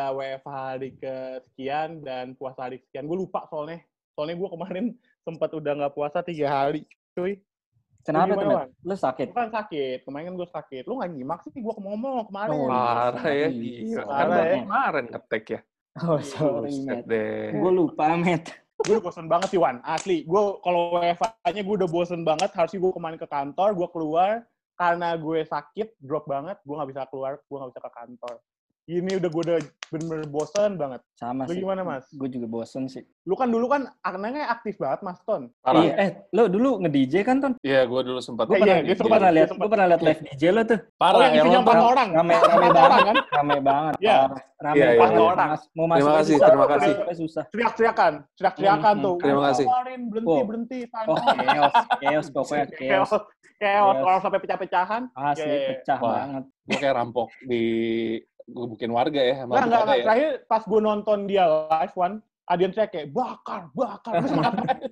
WFH hari kesekian dan puasa hari kesekian. Gue lupa soalnya gue kemarin sempat udah nggak puasa 3 hari, cuy. Kenapa tuh, Wan? Lu sakit? Gue kan sakit. Kemarin kan gue sakit. Lu nggak nyimak sih gue ngomong kemarin. Oh, Parah ya. Gila. Kan baru kemarin ngetek ya. Oh, sorry, Matt. deh. Gue lupa, Matt. Gue udah bosen banget sih, Wan. Asli. Gue kalau WFH-nya gue udah bosen banget. Harusnya gue kemarin ke kantor, gue keluar. Karena gue sakit, drop banget. Gue nggak bisa keluar, gue nggak bisa ke kantor. Ini gue udah bener-bener bosen banget. Sama lu sih. Gimana, Mas? Gue juga bosen sih. Lu kan dulu kan anaknya aktif banget, Mas Ton. Parah. Iya, lu dulu nge-DJ kan, Ton? Iya, gue dulu sempat. Gue pernah lihat live DJ lo tuh. Parah, yang isinya 4 orang. Rame banget kan? Rame banget. Iya. Rame Iya, banget. iya. Orang. Mau masuk Terima kasih. Susah. Teriak-teriakan tuh. Terima kasih. Keluarin, berhenti. Oh, chaos pokoknya chaos. Kalau sampai pecah-pecahan. Asli pecah banget. Gue kayak rampok di gebukin warga ya. Enggak. Terakhir pas gue nonton dia live, Wan, ada yang teriak kayak bakar. Terus ngapain?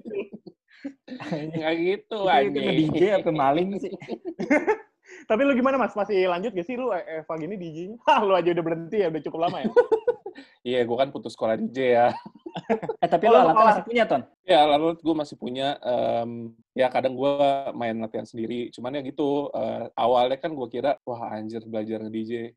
Nggak gitu, Itu nge-DJ apa maling sih? Tapi lu gimana, Mas? Masih lanjut gak sih lu Eva gini DJ-nya? Lu aja udah berhenti ya, udah cukup lama ya? Iya, gue kan putus sekolah DJ ya. Tapi lu alatnya masih punya, Ton? Ya, lalu gue masih punya. Ya kadang gue main latihan sendiri. Cuman ya gitu, awalnya kan gue kira, wah anjir belajar nge-DJ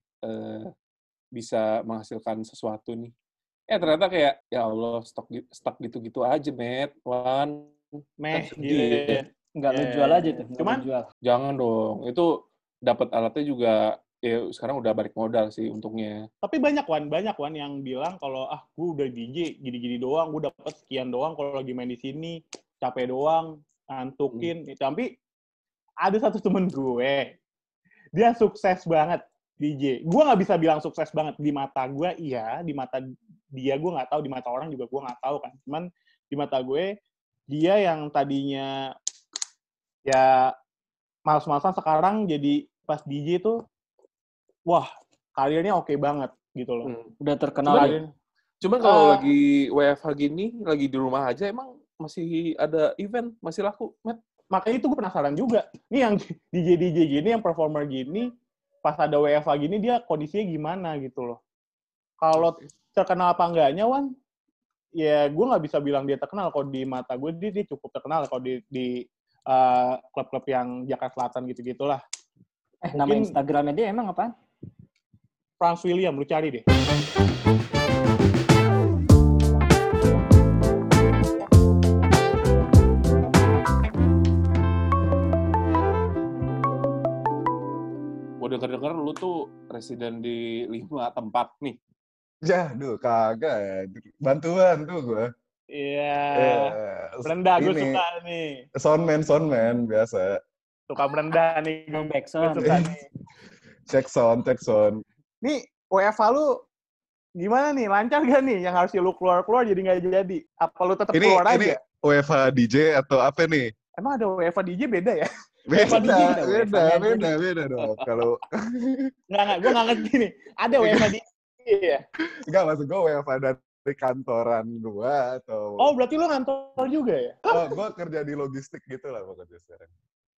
bisa menghasilkan sesuatu nih. Ternyata kayak, ya Allah, stuck gitu-gitu aja, Matt. Wan. Gitu. Enggak lu jual aja tuh. Cuman, jangan dong. Itu dapat alatnya juga, ya sekarang udah balik modal sih untungnya. Tapi banyak Wan yang bilang kalau gue udah DJ gini-gini doang, gue dapat sekian doang kalau lagi main di sini, capek doang, ngantukin. Tapi ada satu temen gue, dia sukses banget DJ. Gue nggak bisa bilang sukses banget di mata gue, iya. Di mata dia gue nggak tahu, di mata orang juga gue nggak tahu kan. Cuman di mata gue, dia yang tadinya ya malas-malasan sekarang jadi pas DJ tuh, wah karirnya oke banget gitu loh. Udah terkenal. Cuman kalau lagi WFH gini, lagi di rumah aja, emang masih ada event, masih laku, Matt? Makanya itu gue penasaran juga. Nih yang DJ gini, yang performer gini, pas ada WFH gini, dia kondisinya gimana gitu loh. Kalau terkenal apa enggaknya, Wan, ya gue nggak bisa bilang dia terkenal. Kalau di mata gue, dia cukup terkenal. Kalau di klub-klub yang Jakarta Selatan gitu-gitulah. Nama Instagramnya dia emang apaan? Franz William, lu cari deh. Dengar-dengar lu tuh residen di 5 tempat nih. Ya, kagak ya. Bantuan tuh gue. Iya. Merendah, gue suka nih. Soundman, biasa. Suka merendah nih. Gue suka nih. Cek sound. Nih, WFH lu gimana nih? Lancar gak nih? Yang harusnya lu keluar-keluar jadi nggak jadi? Apa lu tetap keluar aja? Ini WFH DJ atau apa nih? Emang ada WFH DJ beda ya? Beda dong. Kalau nggak, gue nggak ngerti nih. Ada WFH DJ ya? Enggak, maksud gue WFH dari kantoran gue atau... Oh, berarti lu ngantor juga ya? Oh, gue kerja di logistik gitu lah pokoknya sekarang.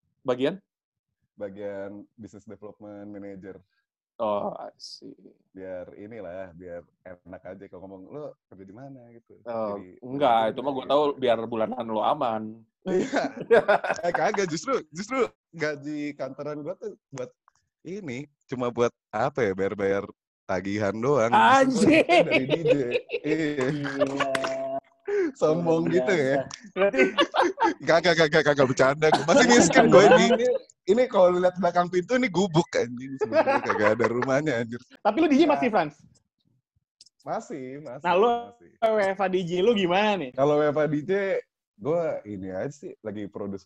Bagian business development manager. Oh, sih. Biar enak aja kalau ngomong, lo kerja di mana gitu. Oh, enggak, itu mah gue tahu biar bulanan lo aman. Iya. Kagak, justru gaji kantoran gue tuh buat ini, cuma buat apa ya, bayar tagihan doang. Anjir. Dari DJ. Iya. Sombong gitu ya. Berarti Kagak bercanda. Masih miskin gue ini. Ini kalau lihat belakang pintu ini gubuk anjing. Sebenarnya kagak ada rumahnya anjir. Tapi lu DJ masih, Frans? Masih. Nah, lu WFH DJ lu gimana nih? Kalau WFH DJ, gue ini aja sih lagi produce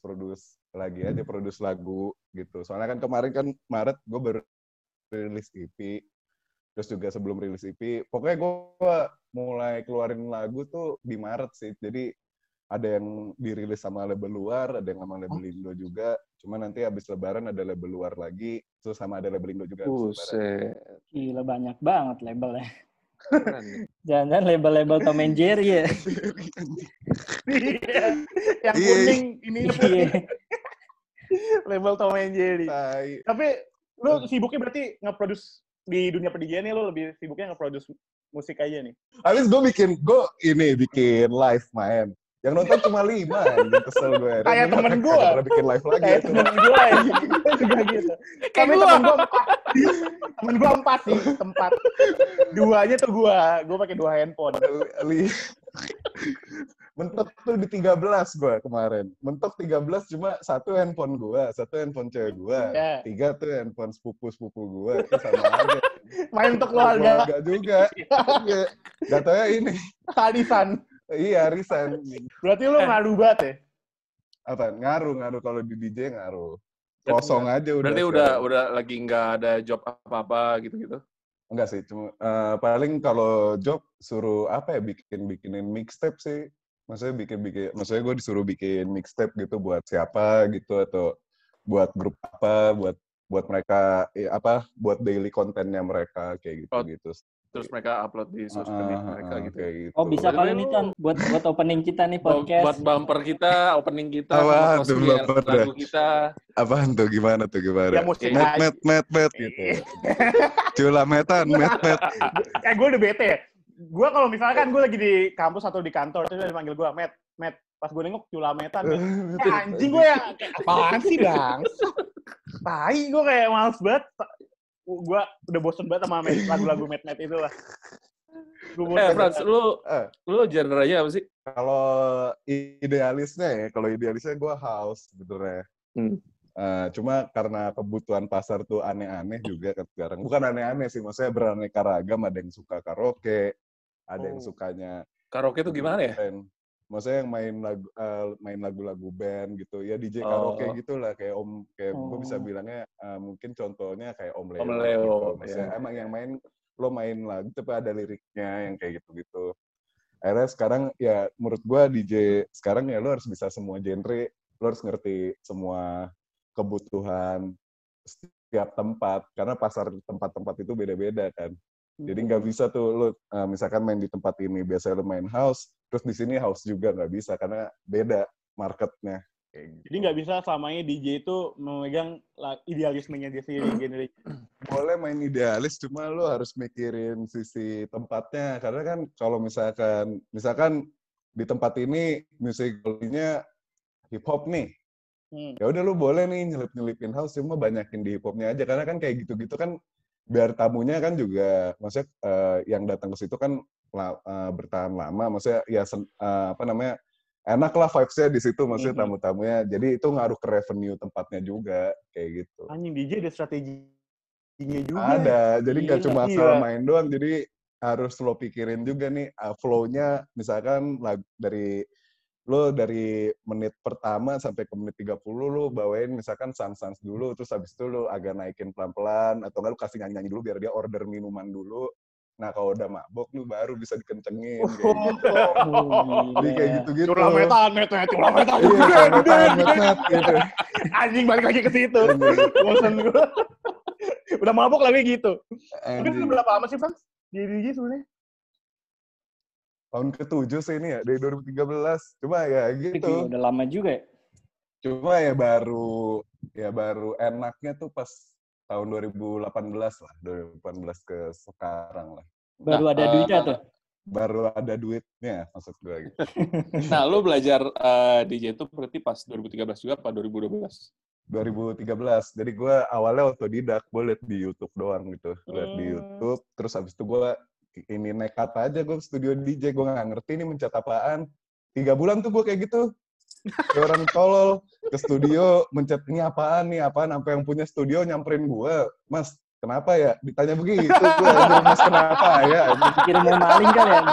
lagu gitu. Soalnya kan kemarin kan Maret gue baru rilis EP. Terus juga sebelum rilis EP, pokoknya gue mulai keluarin lagu tuh di Maret sih. Jadi ada yang dirilis sama label luar, ada yang sama label Indo juga. Cuma nanti habis Lebaran ada label luar lagi, terus sama ada label Indo juga. Gila, banyak banget labelnya. Jangan label-label Tom and Jerry ya. Yang kuning ini. Label Tom and Jerry. Tapi lu sibuknya berarti nge-produce di dunia per-DJ-nya, lu lebih sibuknya nge-produce musik aja nih. Habis gue bikin live main. Yang nonton cuma 5, anjing kesel gue. Kayak temen gue. Kagak pernah bikin live lagi Kayak itu. temen gue juga gitu. Tapi temen gue 4. Temen gue 4 sih tempat. 2-nya tuh gue pakai 2 handphone. Mentok tuh di 13 gue kemarin. Mentok 13 cuma 1 handphone gue, 1 handphone cewek gue, 3 tuh handphone sepupu gue. Itu sama aja. Main untuk keluarga. Keluarga juga. Gak tau ya ini. Arisan. Iya, arisan. Berarti lu ngaruh banget ya? Apa? Ngaruh kalau di DJ ngaruh. Kosong aja udah. Berarti udah lagi nggak ada job apa-apa gitu-gitu? Enggak sih, cuma paling kalau job suruh apa ya bikinin mixtape sih. Maksudnya gue disuruh bikin mixtape gitu buat siapa gitu atau buat grup apa, buat mereka buat daily kontennya mereka kayak gitu. Terus mereka upload di sosmed mereka gitu. Gitu. Oh, bisa kali nih Tan buat opening kita nih podcast. Buat bumper kita, opening kita, lagu kita. Apaan tuh? Gimana? Ya musik met gitu. Cula metan, met. Gue udah bete ya. Gue kalau misalkan gue lagi di kampus atau di kantor, terus dia manggil gue, met. Pas gue nengok cula metan. Anjing gue ya, apaan sih bang? Tai, gue kayak males banget. Gue udah bosen banget sama lagu-lagu met itu lah. Frans, lu genre-nya apa sih? Kalau idealisnya gue house sebetulnya. Cuma karena kebutuhan pasar tuh aneh-aneh juga kan sekarang. Bukan aneh-aneh sih, maksudnya beraneka ragam. Ada yang suka karaoke, ada yang sukanya karaoke tuh gimana ya? Maksudnya yang main lagu-lagu band gitu. Ya DJ karaoke gitulah kayak gue bisa bilangnya mungkin contohnya kayak Om Leo. Gitu. Maksudnya emang yang lo main lagu tapi ada liriknya yang kayak gitu-gitu. Akhirnya sekarang ya menurut gue DJ sekarang ya lo harus bisa semua genre, lo harus ngerti semua kebutuhan setiap tempat karena pasar tempat-tempat itu beda-beda kan. Jadi nggak bisa tuh lo misalkan main di tempat ini biasanya lo main house, terus di sini house juga nggak bisa karena beda marketnya. Jadi nggak bisa selamanya DJ itu memegang idealismenya dia sendiri genre. Boleh main idealis, cuma lo harus mikirin sisi tempatnya karena kan kalau misalkan di tempat ini musiknya hip hop nih. Ya udah lu boleh nih nyelipin house, cuma banyakin di hip hopnya aja karena kan kayak gitu-gitu kan biar tamunya kan juga maksudnya yang datang ke situ kan bertahan lama, maksudnya ya enak lah vibes-nya di situ maksudnya tamu-tamunya, jadi itu ngaruh ke revenue tempatnya juga kayak gitu. Anjing DJ ada strateginya juga. Ada, jadi nggak cuma asal main doang, jadi harus lo pikirin juga nih flow-nya, misalkan dari menit pertama sampai ke menit 30 lu bawain misalkan sans dulu, terus habis itu lu agak naikin pelan-pelan, atau enggak lu kasih nyanyi dulu biar dia order minuman dulu. Nah kalau udah mabok lu baru bisa dikencengin. Jadi kayak gitu-gitu. Cula metan. Gitu. Anjing balik lagi ke situ. Bosan gue. Udah mabok lagi gitu. Tapi itu berapa lama sih, Bang? Di DJ sebenarnya? Tahun ke-7 sih ini ya, dari 2013. Cuma ya gitu. Udah lama juga ya? Cuma ya baru enaknya tuh pas tahun 2018 lah. 2018 ke sekarang lah. Baru ada duitnya tuh? Baru ada duitnya, maksud gue gitu. Nah, lu belajar DJ itu berarti pas 2013 juga apa 2012? 2013. Jadi gue awalnya otodidak, gue liat di YouTube doang gitu. Liat di YouTube, terus habis itu gue ini nekat aja gue studio DJ, gue nggak ngerti ini mencet apaan. 3 bulan tuh gue kayak gitu. Kayak orang tolol ke studio mencet ini apaan, sampai yang punya studio nyamperin gue, Mas, kenapa ya? Ditanya begitu, gue Mas kenapa ya? Mikir mau maling kan ya?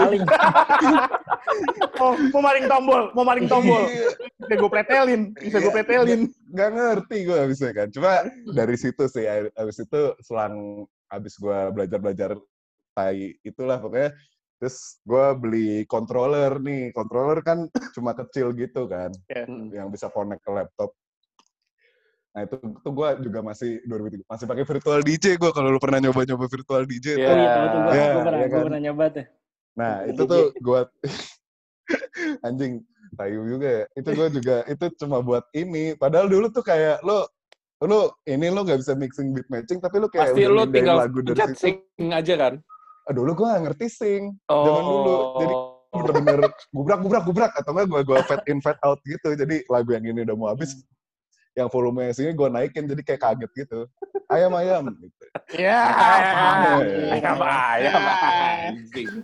Mau maling tombol. Bisa gue pretelin. Gak ngerti gue abisnya kan. Cuma dari situ sih, abis itu selang abis gue belajar itulah pokoknya, terus gue beli controller kan cuma kecil gitu kan, yang bisa connect ke laptop. Nah itu gue juga masih pakai virtual DJ gue, kalau lu pernah nyoba virtual DJ tuh. Oh iya, tahu gue pernah nyoba tuh. Nah itu tuh gue anjing tayu juga ya, itu gue juga itu cuma buat ini, padahal dulu tuh kayak lo nggak bisa mixing beat matching, tapi lo kayak pasti lo tinggal lagu dari situ sing aja kan. dulu gue nggak ngerti sing zaman dulu, jadi bener-bener gubrak atau enggak gue fade in fade out gitu. Jadi lagu yang ini udah mau habis, yang volumenya sini gue naikin jadi kayak kaget gitu. Ayam gitu. Ya. Ayam anjing.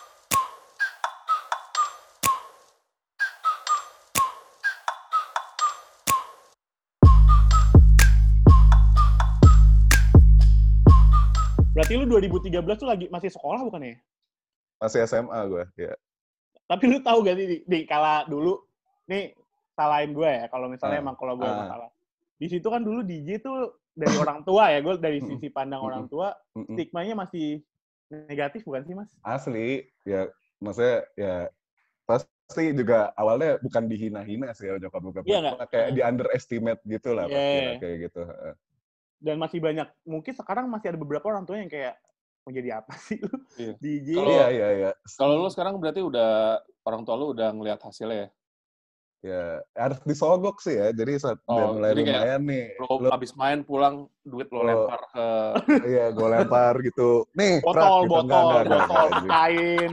Berarti lu 2013 tuh lagi masih sekolah bukan ya? Masih SMA gue, ya. Tapi lu tahu gak sih, di kala dulu, nih salahin gue ya, kalau misalnya emang kalau gue emang salah. Di situ kan dulu DJ tuh dari orang tua ya, gue dari sisi pandang orang tua, stigmanya masih negatif bukan sih, Mas? Asli, ya maksudnya ya pasti juga awalnya bukan dihina-hina sih ya nyokap-nyokap. Iya, kayak di underestimate gitu lah pasti lah, kayak gitu. Dan masih banyak, mungkin sekarang masih ada beberapa orang tua yang kayak, mau jadi apa sih lu? Iya. DJ. Iya. Kalau lu sekarang berarti udah, orang tua lu udah ngelihat hasilnya ya? Ya, harus disogok sih ya. Jadi saat udah mulai lumayan nih. Lo abis main pulang, duit lo lempar ke... Iya, gue lempar gitu. Nih, botol kain.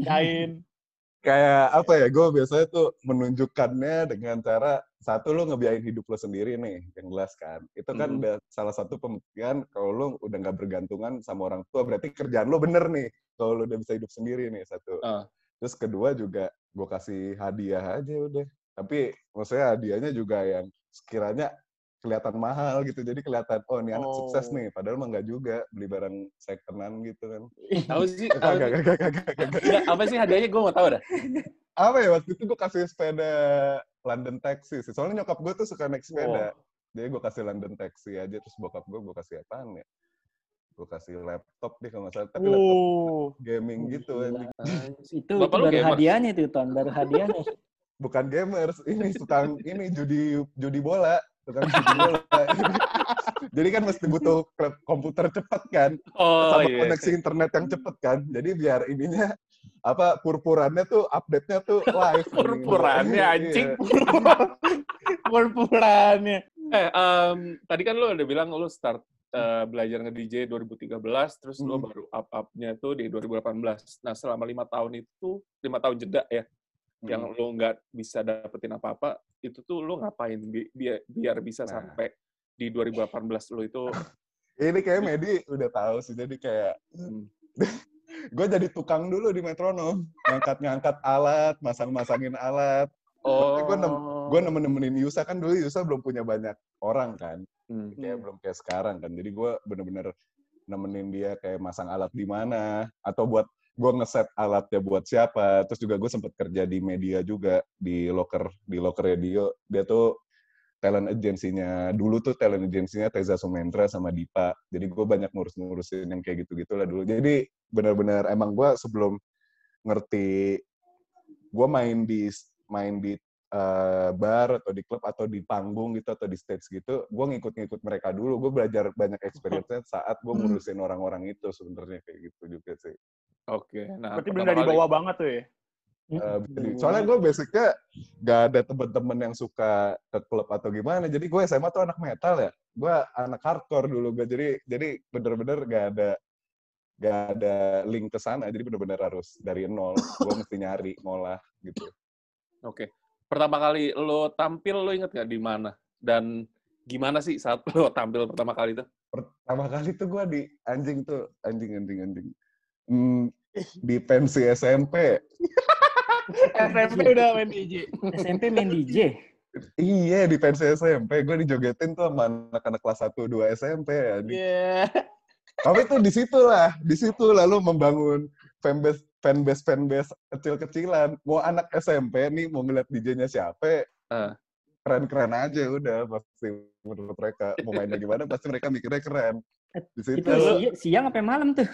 Kayak apa ya, gue biasanya tuh menunjukkannya dengan cara, satu lu ngebiayain hidup lo sendiri nih, yang jelas kan. Itu kan udah salah satu pembuktian kalau lu udah nggak bergantungan sama orang tua, berarti kerjaan lo bener nih. Kalau lu udah bisa hidup sendiri nih, satu. Terus kedua juga, gue kasih hadiah aja udah. Tapi maksudnya hadiahnya juga yang sekiranya kelihatan mahal gitu. Jadi kelihatan, oh ini anak sukses nih. Padahal mah nggak juga. Beli barang second-hand gitu kan. Tahu sih. Kagak. Apa sih hadiahnya? Gue mau tahu dah. Apa ya, waktu itu gue kasih sepeda London Taxi sih. Soalnya nyokap gue tuh suka naik sepeda. Jadi gue kasih London Taxi aja. Terus bokap gue kasih apaan ya? Gue kasih laptop deh kalau nggak salah. Tapi laptop gaming gitu. Itu baru hadiahnya tuh, Ton. Baru hadiahnya. Bukan gamers, ini tukang judi bola, tukang judi bola. Jadi kan mesti butuh komputer cepat kan, sama koneksi internet yang cepat kan. Jadi biar ininya purpurannya tuh update-nya tuh live. Purpurannya anjing. Purpurannya. Tadi kan lo udah bilang lo start belajar nge-DJ 2013, terus lo baru up-nya tuh di 2018. Nah, selama 5 tahun itu, 5 tahun jeda ya, yang lo nggak bisa dapetin apa-apa, itu tuh lo ngapain biar bisa sampai di 2018 lo itu? Ini kayak Medi udah tahu sih, jadi kayak gue jadi tukang dulu di metronom, ngangkat alat, masangin alat. Gue nemenin Yusa, kan dulu Yusa belum punya banyak orang kan, kayak belum kayak sekarang kan, jadi gue bener-bener nemenin dia kayak masang alat di mana, atau buat gue ngeset alatnya buat siapa. Terus juga gue sempet kerja di media juga, di locker radio. Dia tuh talent agency-nya, dulu tuh talent agency-nya Teza Sumendra sama Dipa. Jadi gue banyak ngurusin yang kayak gitu-gitu lah dulu. Jadi benar-benar emang gue sebelum ngerti, gue main di bar atau di klub atau di panggung gitu atau di stage gitu, gue ngikut mereka dulu. Gue belajar banyak experience-nya saat gue ngurusin orang-orang itu sebenarnya, kayak gitu juga sih. Oke. Nah, berarti bener dari bawah banget tuh ya? Soalnya gue basicnya gak ada temen-temen yang suka ke klub atau gimana. Jadi gue SMA tuh anak metal ya. Gue anak hardcore dulu. Jadi bener-bener gak ada link ke sana. Jadi bener-bener harus dari nol. Gue mesti nyari, ngolah gitu. Oke. Pertama kali lo tampil, lo inget gak di mana? Dan gimana sih saat lo tampil pertama kali itu? Pertama kali tuh gue di anjing. Di pensi SMP. SMP udah main DJ. SMP main DJ? Iya, di pensi SMP. Gue dijogetin tuh sama anak-anak kelas 1-2 SMP. Iya. Tapi tuh di situ lalu membangun fanbase kecil-kecilan. Mau anak SMP nih, mau ngeliat DJ-nya siapa, keren-keren aja udah pasti menurut mereka. Mau mainnya gimana, pasti mereka mikirnya keren. Di situ. Itu siang apa malam tuh?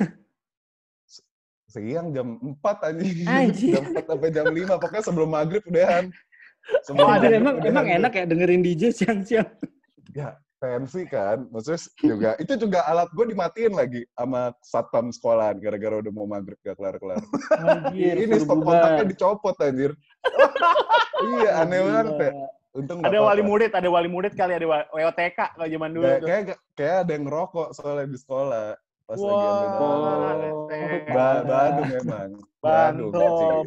Siang jam 4 anjing. Jam 4 sampai jam 5. Pokoknya sebelum maghrib udahan. Emang enak ya dengerin DJ siang-siang? Ya, pensi kan. Maksudnya itu juga alat gue dimatiin lagi sama satpam sekolahan gara-gara udah mau maghrib gak kelar-kelar. Ini stop kontaknya dicopot anjir. Iya, aneh banget ya. Untung ada wali murid kali, ada WOTK kalau zaman dulu. Kayak ada yang ngerokok soalnya di sekolah. Pas lagi ambil nama. Badung emang. Badung.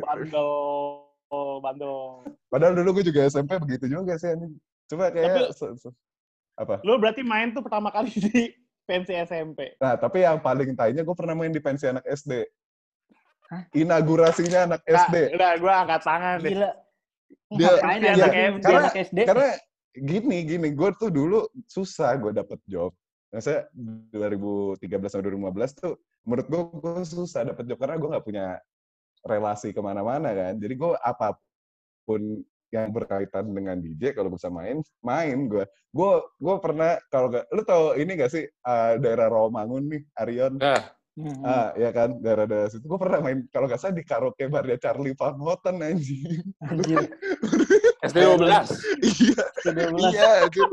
Bandel. Padahal dulu gue juga SMP begitu juga sih. Cuma kayak... Apa? Lu berarti main tuh pertama kali di pensi SMP. Nah, tapi yang paling tainya gue pernah main di pensi anak SD. Inaugurasinya anak SD. Udah, gue angkat tangan deh. Gila. Dia, anak SD. Karena gini, gue tuh dulu susah gue dapet job. Maksudnya 2013 sampai 2015 tuh menurut gue susah dapet job karena gue nggak punya relasi kemana-mana kan. Jadi gue apapun yang berkaitan dengan DJ kalau bisa main gue. Gue pernah kalau nggak, lu tau ini nggak sih daerah Rawamangun nih, Arion? Ya kan, daerah situ gue pernah main kalau nggak salah di karaoke barnya Charlie Van Houten anjing. SD 12. Iya.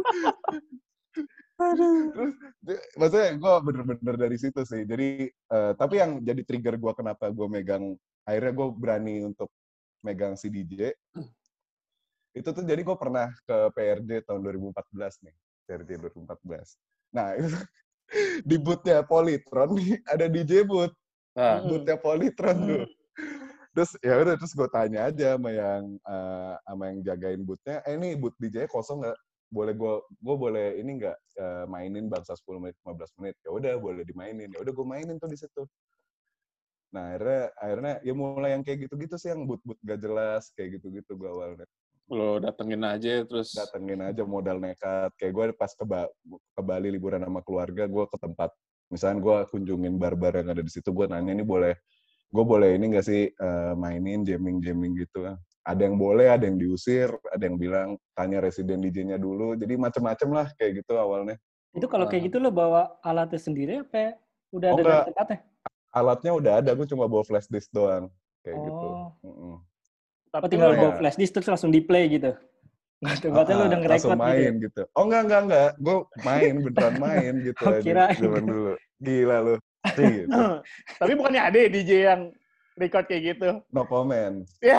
Terus maksudnya gue bener-bener dari situ sih. Jadi tapi yang jadi trigger gue kenapa gue megang, akhirnya gue berani untuk megang si DJ. Itu tuh jadi gue pernah ke PRJ tahun 2014 nih. PRJ 2014. Nah, itu di booth-nya Polytron nih ada DJ booth. Booth-nya Polytron tuh. Terus ya udah, terus gue tanya aja sama yang jagain booth-nya, ini booth DJ kosong nggak? Boleh gue boleh ini nggak mainin bangsa 10 menit 15 menit? Ya udah boleh dimainin. Ya udah gue mainin tuh di situ. Nah, akhirnya ya mulai yang kayak gitu-gitu sih, yang booth-booth gak jelas kayak gitu-gitu gue awalnya. Lo datengin aja modal nekat. Kayak gue pas ke Bali liburan sama keluarga, gue ke tempat, misalnya gue kunjungin bar-bar yang ada di situ, gue nanya ini gue boleh ini nggak sih mainin jamming gitu. Ada yang boleh, ada yang diusir, ada yang bilang tanya residen DJ-nya dulu. Jadi macem-macem lah kayak gitu awalnya. Itu kalau kayak gitu lo bawa alatnya sendiri apa udah ada dari tempatnya? Alatnya udah ada, gue cuma bawa flash disk doang kayak gitu. Tapi tinggal bawa flash disk terus langsung di play gitu. Tempatnya lo udah nge-record langsung main gitu. Oh enggak. Gue beneran main gitu aja. Zaman dulu. Gila lu. Gitu. Tapi bukannya ada DJ yang record kayak gitu? No comment.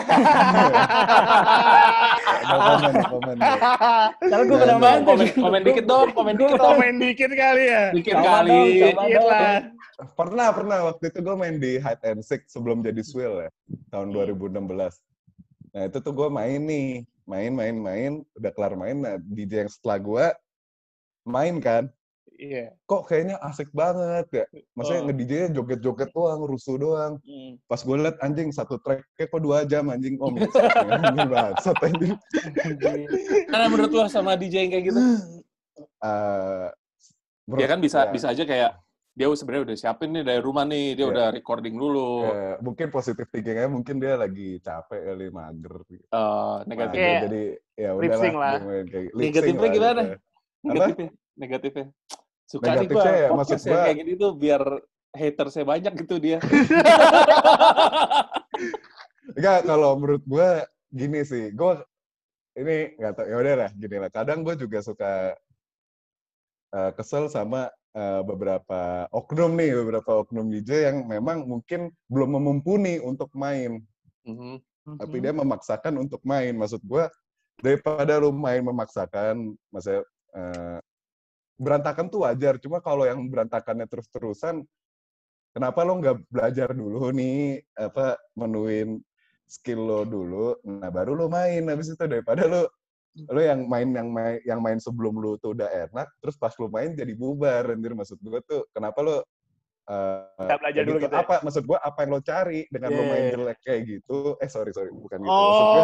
No comment. Kalau gue pernah main komen dikit dong. Komen dikit kali ya. Dikit kali. Dikit lah. Pernah. Waktu itu gue main di Hide and Seek sebelum jadi Swill ya. Tahun 2016. Nah itu tuh gue main nih. Main. Udah kelar main. Nah DJ yang setelah gue main kan. Iya. Kok kayaknya asik banget ya. Maksudnya nge-DJ-nya joget-joget doang, rusuh doang. Pas gue liat anjing satu track-nya kok 2 jam anjing. Oh anjing bangsat anjing. Karena menurut lo sama DJ yang kayak gitu? Ya kan bisa aja kayak dia sebenarnya udah siapin nih dari rumah nih, dia udah recording dulu. Mungkin positif thinking-nya mungkin dia lagi capek kali, mager. Negatif. Jadi ya udahlah. Negatifnya gimana? Negatifnya. Suka nih gue podcast yang kayak gini tuh biar hater saya banyak gitu dia. Enggak, kalau menurut gue gini sih, gue ini nggak tahu, ya udah lah gini lah. Kadang gue juga suka kesel sama beberapa oknum DJ yang memang mungkin belum mumpuni untuk main, tapi dia memaksakan untuk main. Maksud gue daripada lu main memaksakan, maksudnya berantakan tuh wajar, cuma kalau yang berantakannya terus-terusan, kenapa lo nggak belajar dulu nih, menuin skill lo dulu, nah baru lo main habis itu, daripada lo yang main sebelum lo tuh udah enak, terus pas lo main jadi bubar, anjir. Maksud gue tuh, kenapa lo nggak belajar dulu gitu? Apa maksud gue, apa yang lo cari dengan lo main jelek kayak gitu? Sorry, bukan gitu.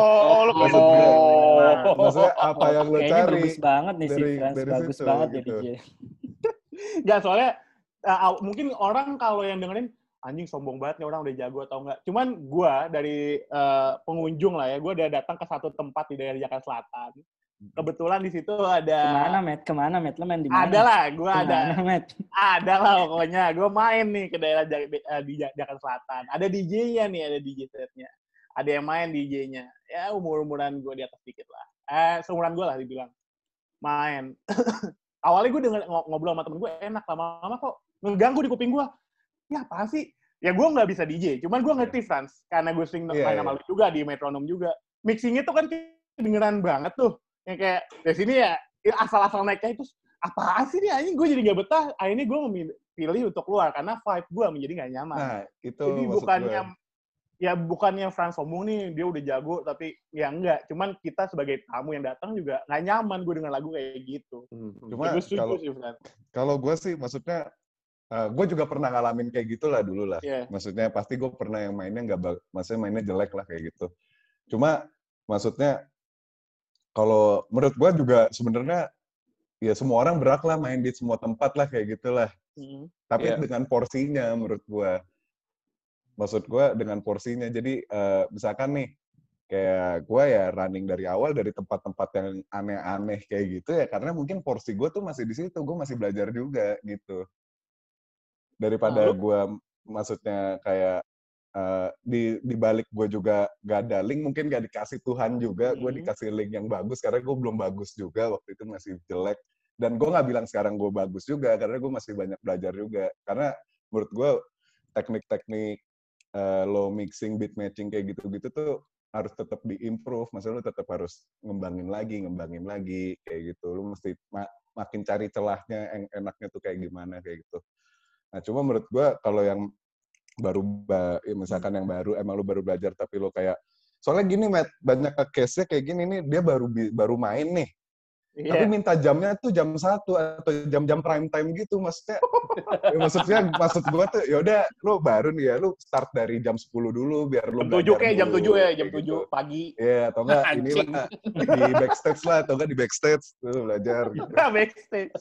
Maksudnya apa yang lo cari? Bagus banget nih sih, bagus situ, banget gitu. ya DJ. Nggak, soalnya mungkin orang kalau yang dengerin, anjing sombong banget nih orang udah jago atau enggak. Cuman gue dari pengunjung lah ya, gue udah datang ke satu tempat di daerah Jakarta Selatan. Kebetulan di situ ada... Kemana, Met? Lo main di mana? Ada lah, gue ada. Met? Ada lah pokoknya. Gue main nih ke daerah di Jakarta Selatan. Ada DJ-nya nih, ada DJ setnya. Ada yang main DJ-nya. Ya umur-umuran gue di atas dikit lah. Seumuran gue lah dibilang. Main. Awalnya gue denger ngobrol sama temen gue enak, lama-lama kok ngeganggu di kuping gue. Ya apa sih? Ya gue nggak bisa DJ, cuman gue ngerti Frans. Karena gue sering main sama lu juga, di metronom juga. Mixingnya tuh kan kedengeran banget tuh. Yang kayak, dari sini ya asal-asal naiknya itu, apaan sih nih anjing, gue jadi nggak betah. Akhirnya gue pilih untuk keluar karena vibe gue menjadi nggak nyaman. Nah, itu Jadi maksud bukannya Frans sombong nih, dia udah jago, tapi ya enggak. Cuman kita sebagai tamu yang datang juga nggak nyaman gue dengan lagu kayak gitu. Cuma kalau gue sih, maksudnya, gue juga pernah ngalamin kayak gitulah dulu lah. Yeah. Maksudnya pasti gue pernah yang mainnya maksudnya mainnya jelek lah kayak gitu. Cuma maksudnya kalau menurut gue juga sebenarnya ya semua orang berhak lah main di semua tempat lah kayak gitulah. Tapi dengan porsinya menurut gue. Maksud gue dengan porsinya. Jadi misalkan nih kayak gue ya running dari awal dari tempat-tempat yang aneh-aneh kayak gitu ya karena mungkin porsi gue tuh masih di situ, gue masih belajar juga gitu. Daripada gue maksudnya kayak di balik gue juga gak ada link, mungkin gak dikasih Tuhan juga, gue dikasih link yang bagus karena gue belum bagus juga, waktu itu masih jelek. Dan gue gak bilang sekarang gue bagus juga karena gue masih banyak belajar juga. Karena menurut gue teknik-teknik low mixing, beat matching kayak gitu-gitu tuh harus tetap di-improve. Maksudnya lu tetap harus ngembangin lagi kayak gitu. Lu mesti makin cari celahnya, yang enaknya tuh kayak gimana kayak gitu. Nah, cuma menurut gue kalau yang misalkan yang baru, emang lu baru belajar tapi lu kayak, soalnya gini Matt, banyak case-nya kayak gini nih, dia baru main nih, tapi minta jamnya tuh jam 1 atau jam-jam prime time gitu, maksudnya maksud gue tuh, yaudah lu baru nih ya, lu start dari jam 10 dulu, biar lu belajar dulu. Jam 7 ya, jam 7 gitu. Pagi. Iya, atau enggak inilah, di backstage lah, atau enggak di backstage, lu belajar gitu. Backstage.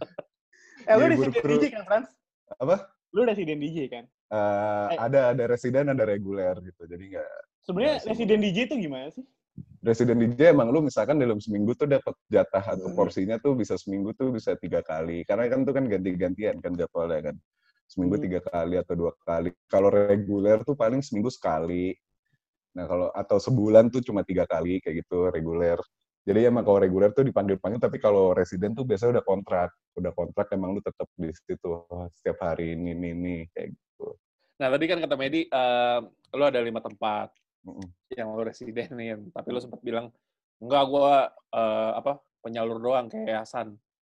Lu resident DJ kan, Frans? Apa? Lu resident DJ kan? Ada residen, ada reguler gitu. Jadi nggak. Sebenarnya residen DJ itu gimana sih? Residen DJ emang lu misalkan dalam seminggu tuh dapat jatah atau porsinya tuh bisa seminggu tuh bisa 3 kali. Karena kan itu kan ganti-gantian kan jadwalnya kan. Seminggu 3 kali atau 2 kali. Kalau reguler tuh paling seminggu sekali. Nah atau sebulan tuh cuma 3 kali kayak gitu reguler. Jadi emang kalau reguler tuh dipanggil-panggil, tapi kalau residen tuh biasanya udah kontrak emang lu tetap di situ setiap hari ini kayak gitu. Nah tadi kan kata Medi, lu ada 5 tempat yang lu residenin, tapi lu sempat bilang enggak, gue penyalur doang kayak Hasan.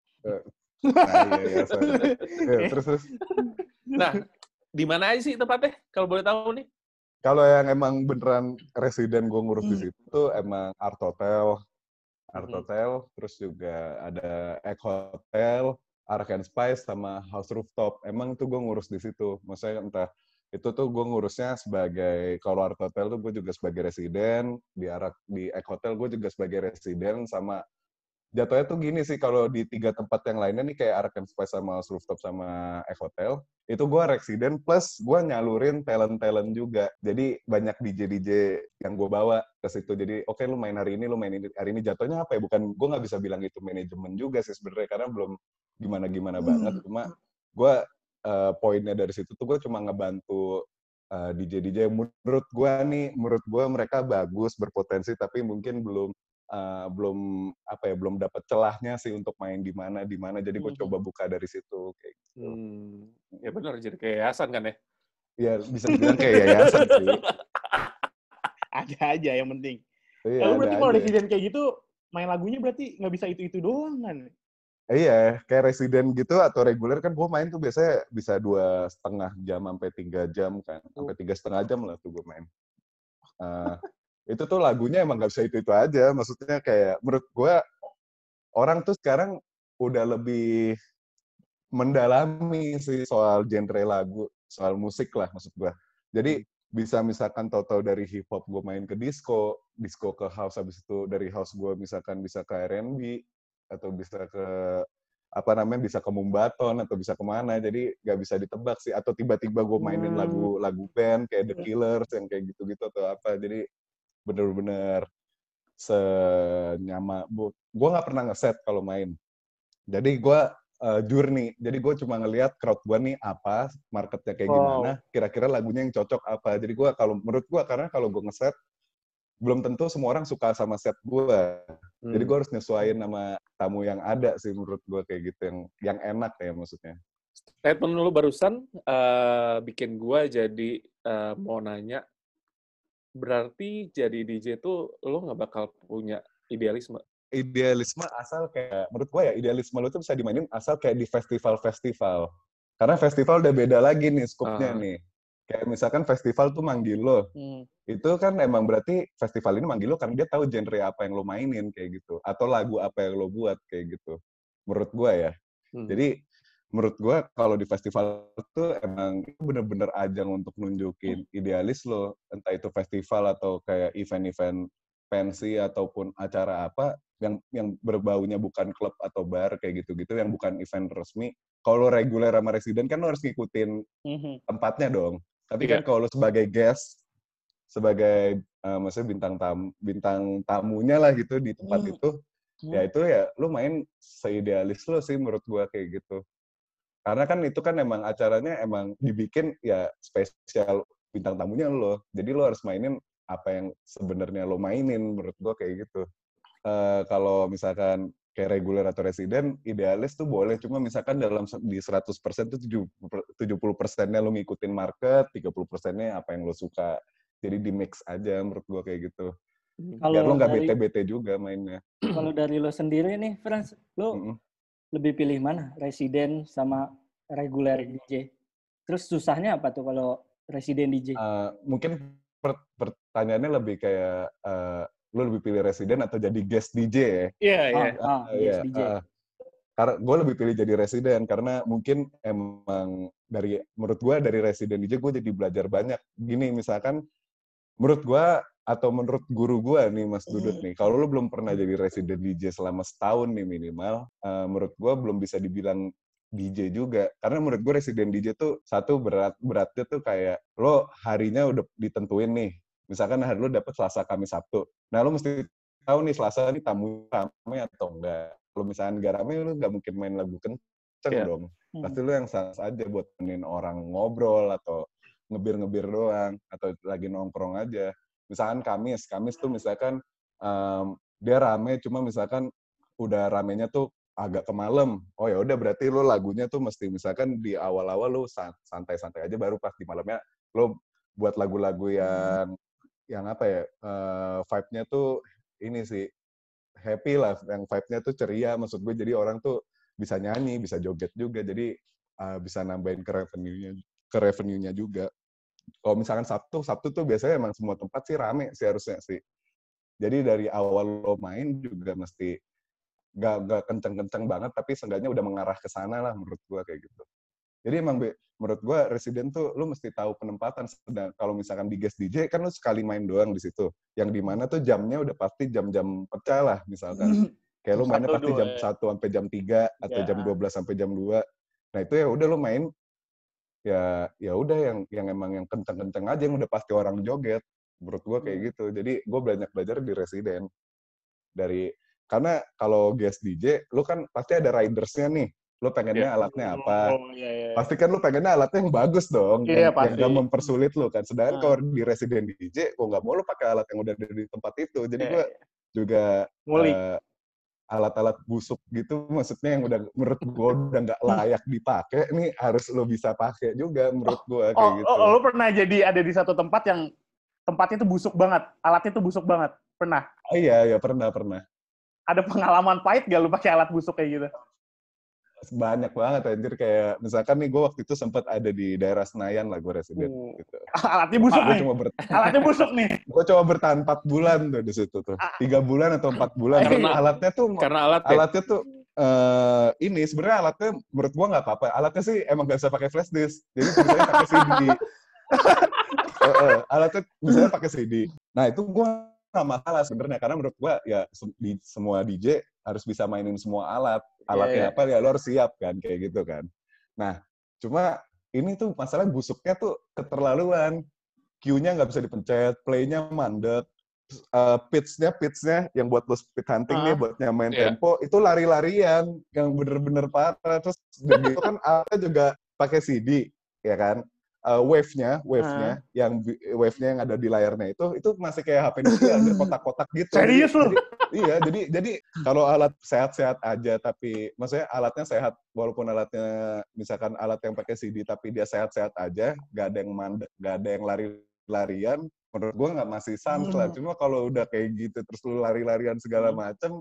Nah iya Hasan. Terus. Nah di mana aja sih tempatnya kalau boleh tahu nih? Kalau yang emang beneran residen gue ngurus di situ emang Art Hotel, terus juga ada Egg Hotel, Ark and Spice, sama House Rooftop. Emang tuh gue ngurus di situ. Maksudnya entah, itu tuh gue ngurusnya sebagai, kalau Art Hotel tuh gue juga sebagai residen, di Egg Hotel gue juga sebagai residen, sama jatuhnya tuh gini sih, kalau di 3 tempat yang lainnya nih, kayak Ark and Spice sama House Rooftop sama Egg Hotel, itu gue residen plus gue nyalurin talent-talent juga. Jadi banyak DJ-DJ yang gue bawa ke situ. Jadi oke, lu main hari ini, lu main hari ini. Jatuhnya apa ya? Bukan, gue nggak bisa bilang itu manajemen juga sih sebenarnya, karena belum gimana-gimana banget. Cuma gue poinnya dari situ tuh gue cuma ngebantu DJ-DJ yang menurut gue mereka bagus, berpotensi, tapi mungkin belum dapat celahnya sih untuk main di mana. Jadi gue coba buka dari situ kayak gitu. Ya benar, jadi kayak yayasan kan ya? Ya bisa dibilang kayak yayasan sih. Ada aja yang penting. Iya, Kalau berarti kalau residen kayak gitu main lagunya berarti nggak bisa itu doang kan? Iya, kayak residen gitu atau reguler kan gue main tuh biasanya bisa 2,5 jam sampai 3 jam kan. Sampai 3,5 jam lah tuh gue main. Itu tuh lagunya emang nggak bisa itu aja. Maksudnya kayak menurut gue orang tuh sekarang udah lebih mendalami sih soal genre lagu, soal musik lah maksud gue. Jadi bisa misalkan tahu-tahu dari hip hop gue main ke disco ke house, habis itu dari house gue misalkan bisa ke R&B atau bisa ke bisa ke Mumbaton atau bisa kemana. Jadi nggak bisa ditebak sih. Atau tiba-tiba gue mainin lagu band kayak The Killers yang kayak gitu-gitu atau apa. Jadi bener-bener senyama. Gue nggak pernah ngeset kalau main. Jadi gue journey. Jadi gue cuma ngelihat crowd gue nih apa, marketnya kayak gimana, kira-kira lagunya yang cocok apa. Jadi gue menurut gue, karena kalau gue ngeset, belum tentu semua orang suka sama set gue. Jadi gue harus nyesuaiin sama tamu yang ada sih menurut gue kayak gitu, yang enak ya maksudnya. Statement lu barusan bikin gue jadi mau nanya, berarti jadi DJ tuh lo nggak bakal punya idealisme? Idealisme asal kayak, menurut gue ya, idealisme lo tuh bisa dimainin asal kayak di festival-festival. Karena festival udah beda lagi nih skupnya nih. Kayak misalkan festival tuh manggil lo. Itu kan emang berarti festival ini manggil lo karena dia tahu genre apa yang lo mainin kayak gitu. Atau lagu apa yang lo buat kayak gitu. Menurut gue ya. Jadi menurut gue kalau di festival tuh emang itu bener-bener ajang untuk nunjukin idealis lo. Entah itu festival atau kayak event-event pensi ataupun acara apa yang berbaunya bukan klub atau bar kayak gitu-gitu, yang bukan event resmi. Kalau reguler sama residen kan lo harus ngikutin tempatnya dong. Tapi kan kalau sebagai guest, sebagai maksudnya bintang tamunya lah gitu di tempat itu, ya itu ya lu main seidealis lo sih menurut gua kayak gitu. Karena kan itu kan emang acaranya emang dibikin ya spesial bintang tamunya lo. Jadi lo harus mainin apa yang sebenarnya lo mainin menurut gua kayak gitu. Kalau misalkan kayak reguler atau residen, idealis tuh boleh, cuma misalkan di 100% tuh 70%-nya lo ngikutin market, 30%-nya apa yang lo suka. Jadi di mix aja menurut gua kayak gitu. Biar lo nggak bete-bete juga mainnya. Kalau dari lo sendiri nih, Frans, lo lebih pilih mana? Residen sama reguler DJ? Terus susahnya apa tuh kalau residen DJ? Mungkin pertanyaannya lebih kayak lu lebih pilih residen atau jadi guest DJ ya? Guest DJ. Karena gue lebih pilih jadi residen karena mungkin emang menurut gue dari residen DJ gue jadi belajar banyak. Gini misalkan menurut gue atau menurut guru gue nih Mas Dudut nih, kalau lu belum pernah jadi residen DJ selama setahun nih minimal, menurut gue belum bisa dibilang DJ juga. Karena menurut gue residen DJ tuh satu beratnya tuh kayak lo harinya udah ditentuin nih. Misalkan hari lo dapet Selasa, Kamis, Sabtu. Nah lo mesti tahu nih Selasa nih tamu rame atau enggak. Kalau misalkan nggak rame lo nggak mungkin main lagu kenceng dong. Pasti lo yang sah aja buat temenin orang ngobrol atau ngebir-ngebir doang atau lagi nongkrong aja. Misalkan Kamis tuh misalkan dia rame cuma misalkan udah ramenya tuh agak ke malam. Oh ya udah berarti lo lagunya tuh mesti misalkan di awal-awal lo santai-santai aja, baru pas di malamnya lo buat lagu-lagu yang apa ya, vibe-nya tuh ini sih happy lah, yang vibe-nya tuh ceria, maksud gue jadi orang tuh bisa nyanyi, bisa joget juga, jadi bisa nambahin ke revenue-nya juga. Kalau misalkan Sabtu tuh biasanya emang semua tempat sih rame sih harusnya sih. Jadi dari awal lo main juga mesti gak kenceng-kenceng banget, tapi seenggaknya udah mengarah ke sana lah menurut gue kayak gitu. Jadi emang menurut gue residen tuh lu mesti tahu penempatan. Sedang kalau misalkan di guest DJ kan lu sekali main doang di situ. Yang dimana tuh jamnya udah pasti jam-jam pecah lah misalkan. Kayak lu mainnya pasti jam 1 sampai jam 3 atau jam 12 sampai jam 2. Nah itu ya udah lu main ya udah yang emang yang kenceng-kenceng aja yang udah pasti orang joget. Menurut gue kayak gitu. Jadi gue banyak belajar di residen. Karena kalau guest DJ, lu kan pasti ada riders-nya nih. Lu pengennya alatnya apa. Pasti kan lu pengennya alatnya yang bagus dong. Yang gak mempersulit lu kan. Sedangkan kalau di residen DJ, gue gak mau lu pakai alat yang udah ada di tempat itu. Jadi gue juga alat-alat busuk gitu, maksudnya yang udah menurut gue udah gak layak dipakai, nih harus lu bisa pakai juga menurut gue kayak gitu. Lu pernah jadi ada di satu tempat yang tempatnya tuh busuk banget, alatnya tuh busuk banget, pernah? Oh iya pernah. Ada pengalaman pahit gak lu pakai alat busuk kayak gitu? Banyak banget anjir, kayak misalkan nih gue waktu itu sempat ada di daerah Senayan lah gue residen gitu. Alatnya busuk nih. Alatnya busuk nih. Gue coba bertahan 4 bulan tuh di situ tuh. 3 bulan atau 4 bulan. Alatnya tuh ini sebenarnya alatnya menurut gue nggak apa-apa. Alatnya sih emang nggak bisa pakai flash disk. Jadi misalnya pakai CD. Alatnya misalnya pakai CD. Nah itu gue nggak masalah sebenarnya, karena menurut gue ya semua DJ harus bisa mainin semua alatnya apa ya lo harus siap kan kayak gitu kan. Nah cuma ini tuh masalah busuknya tuh keterlaluan, Q-nya nggak bisa dipencet, play-nya mandek, pitch-nya yang buat lo speed hunting nih buat nyamain tempo itu lari-larian yang bener-bener parah. Terus begitu kan alatnya juga pakai CD ya kan. Wave-nya yang ada di layarnya itu masih kayak HP Nokia ada kotak-kotak gitu. Serius lu? Iya, jadi kalau alat sehat-sehat aja tapi maksudnya alatnya sehat walaupun alatnya misalkan alat yang pakai CD tapi dia sehat-sehat aja, nggak ada yang mandek, nggak ada yang lari-larian, menurut gua nggak masih sans lah. Cuma kalau udah kayak gitu terus lu lari-larian segala macem,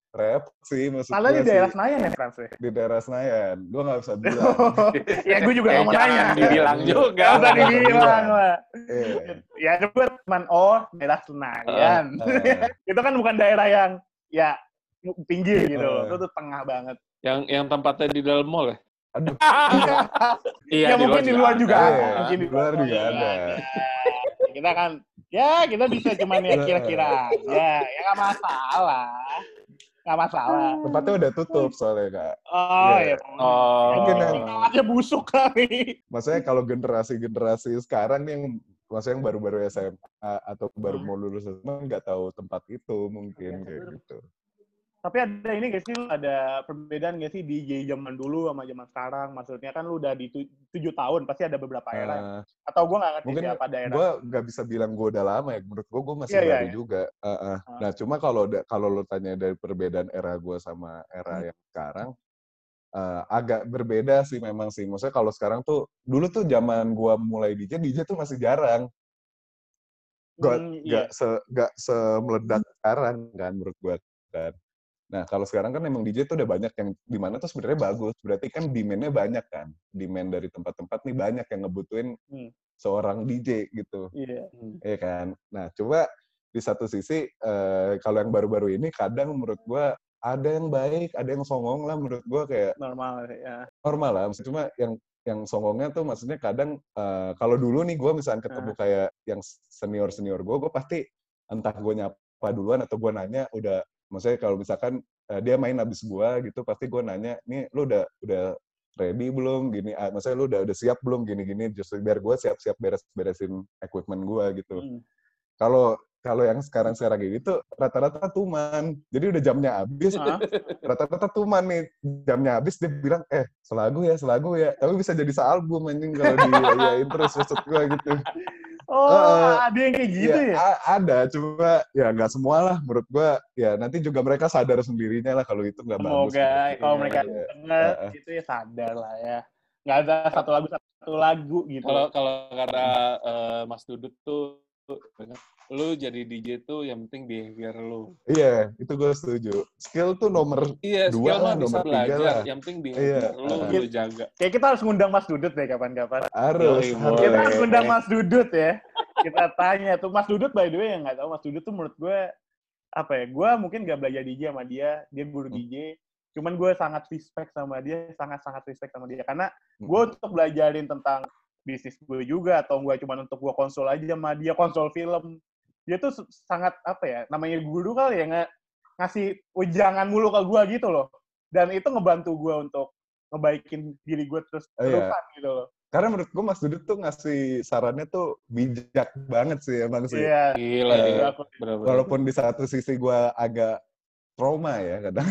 repot sih maksud Malah di gue sih. daerah Senayan ya, Frans? Di daerah Senayan. Gue nggak bisa bilang. Ya, gue juga nggak mau nanya. Jangan dibilang juga. Gak usah dibilang Bilang. lah. Iya. Ya coba teman, daerah Senayan. Itu kan bukan daerah yang ya tinggi gitu loh. Itu tuh tengah banget. Yang tempatnya di dalam mall ya? Aduh. Iya, Ya mungkin di luar juga. ada. Mungkin Di luar juga ada. Kita kan, ya kita bisa cuman ya kira-kira aja. Ya nggak masalah. Nggak masalah. Tempatnya udah tutup soalnya, Kak. Oh, Iya. ya. Mungkin yang Aja busuk kali. maksudnya kalau generasi sekarang nih yang maksudnya yang baru-baru SMA atau baru mau lulus SMA nggak tahu tempat itu mungkin kayak gitu. Tapi ada ini gak sih, ada perbedaan gak sih DJ zaman dulu sama zaman sekarang? Maksudnya kan lu udah di 7 tahun, pasti ada beberapa era. Atau gue nggak ngerti mungkin siapa daerah. Gue nggak bisa bilang gue udah lama ya. Menurut gue masih baru juga. Nah cuma kalau lu tanya dari perbedaan era gue sama era yang sekarang, agak berbeda sih memang sih. Maksudnya kalau sekarang tuh, dulu tuh zaman gue mulai DJ tuh masih jarang. Gak semeledak sekarang kan menurut gue kan. Nah, kalau sekarang kan emang DJ tuh udah banyak yang dimana tuh sebenarnya bagus. Berarti kan demand-nya banyak kan. Demand dari tempat-tempat nih banyak yang ngebutuhin seorang DJ gitu. Iya kan? Nah, coba di satu sisi, kalau yang baru-baru ini kadang menurut gua ada yang baik, ada yang songong lah menurut gua kayak... Normal ya. Normal lah. Cuma yang songongnya tuh maksudnya kadang, kalau dulu nih gua misalnya ketemu kayak yang senior-senior gua pasti entah gua nyapa duluan atau gua nanya udah... Maksudnya kalau misalkan dia main abis gua gitu, pasti gua nanya, nih lu udah ready belum? Gini, maksudnya lu udah siap belum? Gini-gini, justru biar gua siap-siap beresin equipment gua gitu. Kalau yang sekarang gitu, rata-rata tuman. Jadi udah jamnya habis, rata-rata tuman nih. Jamnya habis dia bilang, selagu ya. Tapi bisa jadi sealbum anjing kalau diayain terus maksud gua gitu. Ada yang kayak gitu ya? Ada, cuma ya nggak semua lah. Menurut gua, ya nanti juga mereka sadar sendirinya lah kalau itu nggak bagus. Semoga kalau mereka dengar itu ya sadar lah ya. Nggak ada satu lagu gitu. Kalau kata Mas Dudut tuh, lu jadi DJ tuh yang penting behavior lu. Iya, itu gue setuju. Skill tuh nomor 2 lah, nomor 3 lah. Yang penting behavior lu jaga. Kayak kita harus ngundang Mas Dudut deh kapan-kapan. Harus. Kita harus ngundang Mas Dudut ya. Kita tanya tuh, Mas Dudut by the way yang nggak tahu, Mas Dudut tuh menurut gue apa ya? Gue mungkin nggak belajar DJ sama dia guru DJ. Cuman gue sangat respect sama dia, sangat respect sama dia karena gue untuk belajarin tentang bisnis gue juga atau gue cuma untuk gue konsul aja sama dia, konsul film. Dia tuh sangat apa ya, namanya guru kali ya, ngasih ujangan mulu ke gue gitu loh. Dan itu ngebantu gue untuk ngebaikin diri gue terus-terusan gitu loh. Karena menurut gue Mas Dudut tuh ngasih sarannya tuh bijak banget sih emang sih. Iya. Gila. Walaupun di satu sisi gue agak trauma ya kadang.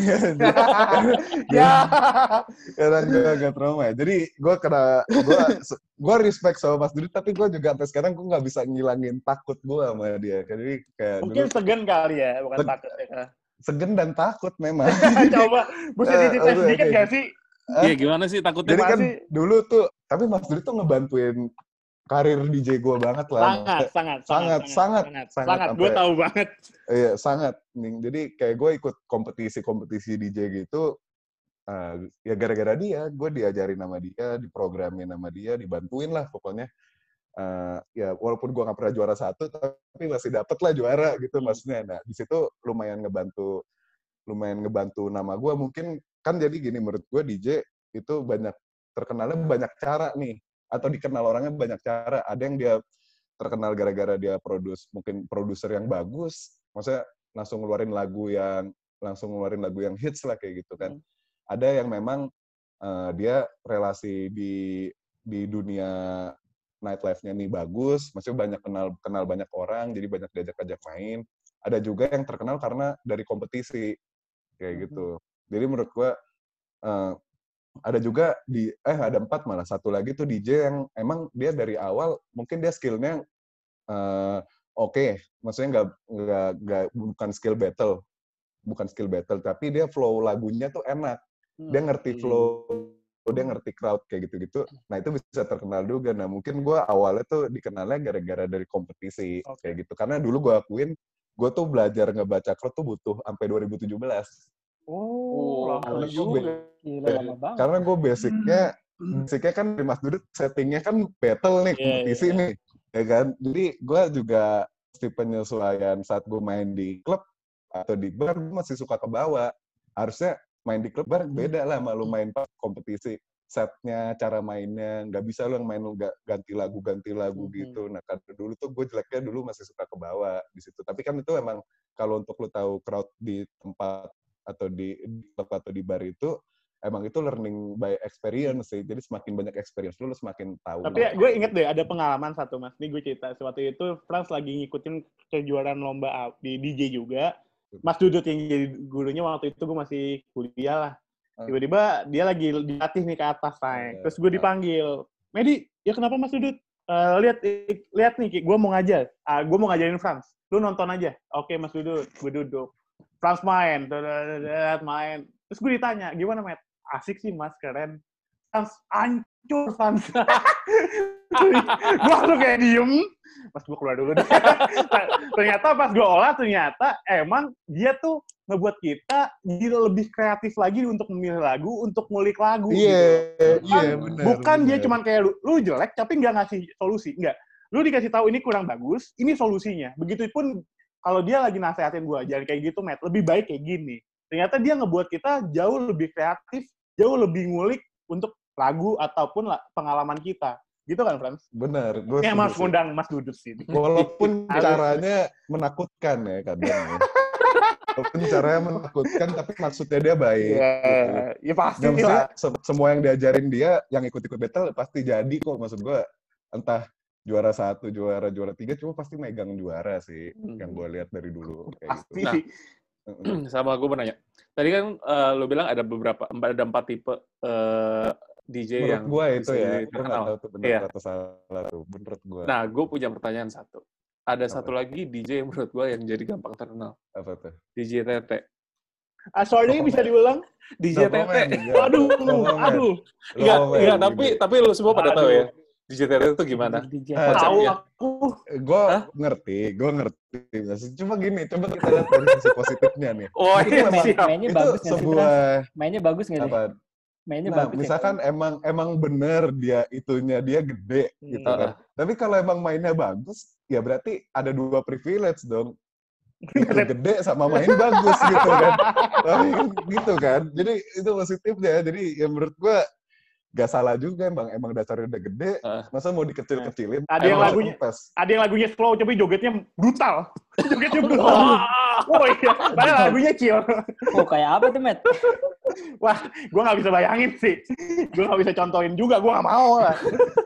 Kadang gue agak trauma ya. Jadi gue respect sama Mas Dudut, tapi gue juga sampai sekarang gue nggak bisa ngilangin takut gue sama dia. Jadi kayak mungkin dulu, segen kali ya, bukan takut ya. Segen dan takut memang. Coba, bisa diceritain sedikit nggak sih? Iya, gimana sih takutnya? Jadi kan dulu tuh, tapi Mas Dudut tuh ngebantuin karir DJ gue banget lah. Sangat. Gue tahu banget. Iya, sangat. Jadi kayak gue ikut kompetisi DJ gitu, ya gara-gara dia, gue diajarin sama dia, diprogramin sama dia, dibantuin lah pokoknya. Ya walaupun gue nggak pernah juara 1, tapi masih dapet lah juara gitu maksudnya. Nah, di situ lumayan ngebantu nama gue. Mungkin kan jadi gini, menurut gue DJ itu terkenalnya banyak cara nih. Atau dikenal orangnya banyak cara. Ada yang dia terkenal gara-gara dia mungkin produser yang bagus, maksudnya langsung ngeluarin lagu yang hits lah kayak gitu kan. Ada yang memang dia relasi di dunia nightlife-nya nih bagus, maksudnya banyak kenal banyak orang, jadi banyak diajak-ajak main. Ada juga yang terkenal karena dari kompetisi kayak gitu. Jadi menurut gua ada juga ada 4 malah. Satu lagi tuh DJ yang emang dia dari awal mungkin dia skillnya oke. Maksudnya bukan skill battle, tapi dia flow lagunya tuh enak. Dia ngerti flow, dia ngerti crowd kayak gitu-gitu. Nah itu bisa terkenal juga. Nah mungkin gue awalnya tuh dikenalnya gara-gara dari kompetisi kayak gitu. Karena dulu gue akuin gue tuh belajar ngebaca crowd tuh butuh sampai 2017. lama juga. Gila, lama banget. Karena gue basicnya kan dari Mas Dudut settingnya kan battle nih, kompetisi nih, ya kan. Jadi gue juga mesti penyesuaian saat gue main di klub atau di bar, gue masih suka ke bawah. Harusnya main di klub bar beda lah sama lu main pas kompetisi. Setnya, cara mainnya, nggak bisa lu yang main lu ganti lagu gitu. Nah, karena dulu tuh gue jeleknya dulu masih suka ke bawah di situ. Tapi kan itu emang kalau untuk lu tahu crowd di tempat atau di klub atau di bar itu, emang itu learning by experience sih. Jadi semakin banyak experience lu semakin tahu. Tapi gue inget deh, ada pengalaman satu, Mas. Ini gue cerita. Waktu itu, Frans lagi ngikutin kejuaraan lomba di DJ juga. Mas Dudut yang jadi gurunya waktu itu gue masih kuliah lah. Tiba-tiba dia lagi dilatih nih ke atas, naik. Terus gue dipanggil. Medi, ya kenapa Mas Dudut? Lihat nih, gue mau ngajar. Gue mau ngajarin Frans. Lu nonton aja. Oke, Mas Dudut. Gue duduk. Frans main. Terus gue ditanya, gimana, Matt? Asik sih, Mas. Keren. Frans, hancur, Frans. Gue langsung kayak diem. Mas, gue keluar dulu deh. Ternyata pas gue olah, ternyata emang dia tuh ngebuat kita jadi lebih kreatif lagi untuk memilih lagu, untuk ngulik lagu. Iya, benar. Bukan dia cuman kayak lu jelek, tapi nggak ngasih solusi. Nggak. Lu dikasih tahu ini kurang bagus, ini solusinya. Begitupun kalau dia lagi nasehatin gue, jangan kayak gitu, Matt. Lebih baik kayak gini. Ternyata dia ngebuat kita jauh lebih kreatif, jauh lebih ngulik untuk lagu ataupun pengalaman kita. Gitu kan, Frans? Benar. Kayak Mas ngundang Mas Dudut sih. Walaupun caranya menakutkan ya kadang. Walaupun caranya menakutkan, tapi maksudnya dia baik. Ya pasti lah. Semua yang diajarin dia, yang ikut-ikut battle, pasti jadi kok. Maksud gue, entah juara 1, juara 3, cuma pasti megang juara sih. Yang gue lihat dari dulu. Kayak pasti. Gitu. Nah, sama gue mau nanya. Tadi kan lo bilang ada 4 tipe DJ menurut yang gue itu ya, gue nggak tahu tuh benar atau salah tuh, menurut gue. Nah, gue punya pertanyaan satu. Ada satu lagi DJ yang menurut gue yang jadi gampang terkenal. Apa tuh? DJ Tete. Sorry, bisa diulang? DJ Tete. Aduh. Enggak, tapi lu semua pada tahu ya. DJ Tete itu gimana? Tahu aku. Gue ngerti. Cuma gini, coba kita lihat dari sisi positifnya nih. Oh iya, mainnya bagus nggak sih? Mainnya bagus nggak sih? Mainnya bagus. Misalkan emang bener dia gede gitu kan. Tapi kalau emang mainnya bagus, ya berarti ada 2 privilege dong. Itu gede sama main bagus gitu kan. Gitu kan. Jadi itu positifnya. Jadi ya menurut gue gak salah juga emang dasarnya udah gede. Masa mau dikecil-kecilin? Ada yang lagunya slow, tapi jogetnya brutal. Jogetnya brutal. Oh iya, padahal lagunya chill. Oh, kayak apa tuh, Matt? Wah, gue nggak bisa bayangin sih. Gue nggak bisa contohin juga, gue nggak mau lah.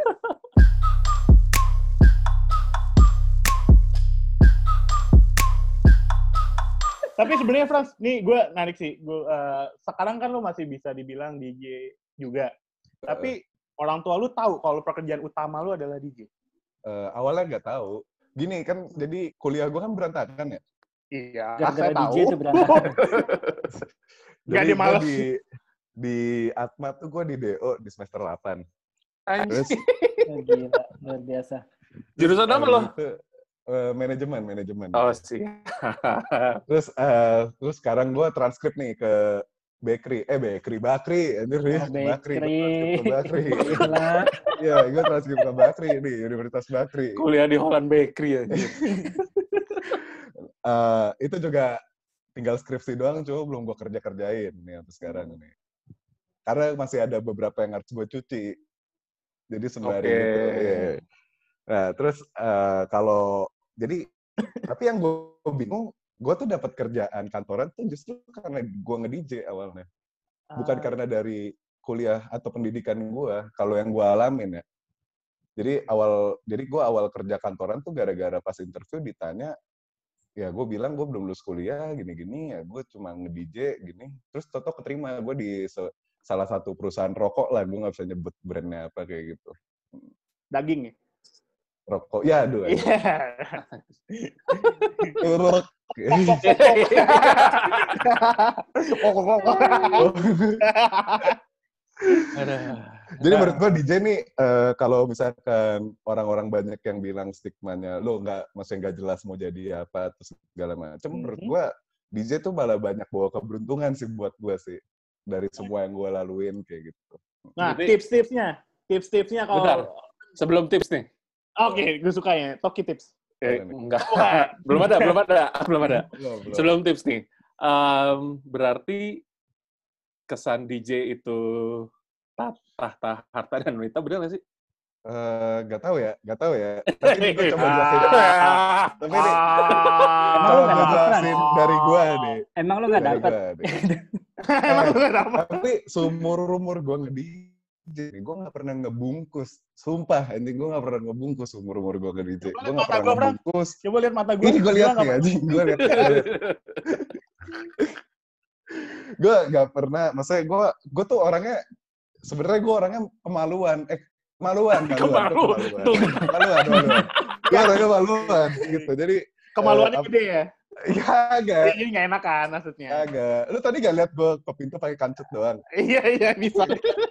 Tapi sebenarnya, Frans, nih gue narik sih. Sekarang kan lo masih bisa dibilang DJ juga. Tapi orang tua lu tahu kalau pekerjaan utama lu adalah DJ? Awalnya nggak tahu. Gini kan, jadi kuliah gue kan berantakan ya. Iya, gara-gara DJ itu berantakan. Gak dia males. Di Atma tuh gue di DO di semester 8. Terus, gila, luar biasa. Jurusan apa lo? Manajemen. Oh sih. Terus sekarang gue transkrip nih ke Bakri. Anjir nih. Bakri. Iya, gue transkrip ke Bakri nih, Universitas Bakri. Kuliah di Holland Bakery ya. Itu juga tinggal skripsi doang, cuma belum gue kerjain nih sampai sekarang nih. Karena masih ada beberapa yang harus gue cuci. Jadi sembari gitu. Yeah. Nah, terus tapi yang gue bingung, gue tuh dapat kerjaan kantoran tuh justru karena gue nge-DJ awalnya. Bukan karena dari kuliah atau pendidikan gue, kalau yang gue alamin ya. Jadi gue awal kerja kantoran tuh gara-gara pas interview ditanya, ya gue bilang gue belum lulus kuliah, gini-gini, ya gue cuma nge-DJ, gini. Terus toto keterima gue di salah satu perusahaan rokok lah, gue nggak bisa nyebut brandnya apa kayak gitu. Daging ya? Rokok, ya aduh. Rokok. Jadi menurut gue DJ nih, kalau misalkan orang-orang banyak yang bilang stigmanya, lo maksudnya nggak jelas mau jadi apa, terus segala macam, menurut gue DJ tuh malah banyak bawa keberuntungan sih buat gue sih. Dari semua yang gue laluin kayak gitu. Nah, Berarti- tips-tipsnya Bentar, kalau... sebelum tips nih. Oke, gue suka ya. Toki tips. Enggak. Bukan. belum ada. Belum. Sebelum tips nih. Berarti kesan DJ itu tahta harta dan wanita, benar nggak sih? Gak tahu ya. Tapi ini gue coba jelasin. Tapi ini Emang lu coba nggak gue dapet, jelasin dari gue nih. Emang lo nggak Dari dapet? gua nih. Emang lu gak dapet? Tapi seumur-umur gue nge-DJ, gue gak pernah ngebungkus. Sumpah, anjing gue gak pernah ngebungkus seumur-umur gue nge-DJ. Gue gak pernah ngebungkus. Coba lihat mata gue. Ini gue lihat nih, anjing. Gue lihat. Gue gak pernah, maksudnya gue tuh orangnya, sebenarnya gue orangnya kemaluan. Maluan. Gue orangnya maluan, gitu. Jadi, Kemaluannya gede ya? Kagak. Jadi nggak enak kan maksudnya? Kagak. Lu tadi gak lihat gue ke pintu pakai kancut doang? Iya, bisa.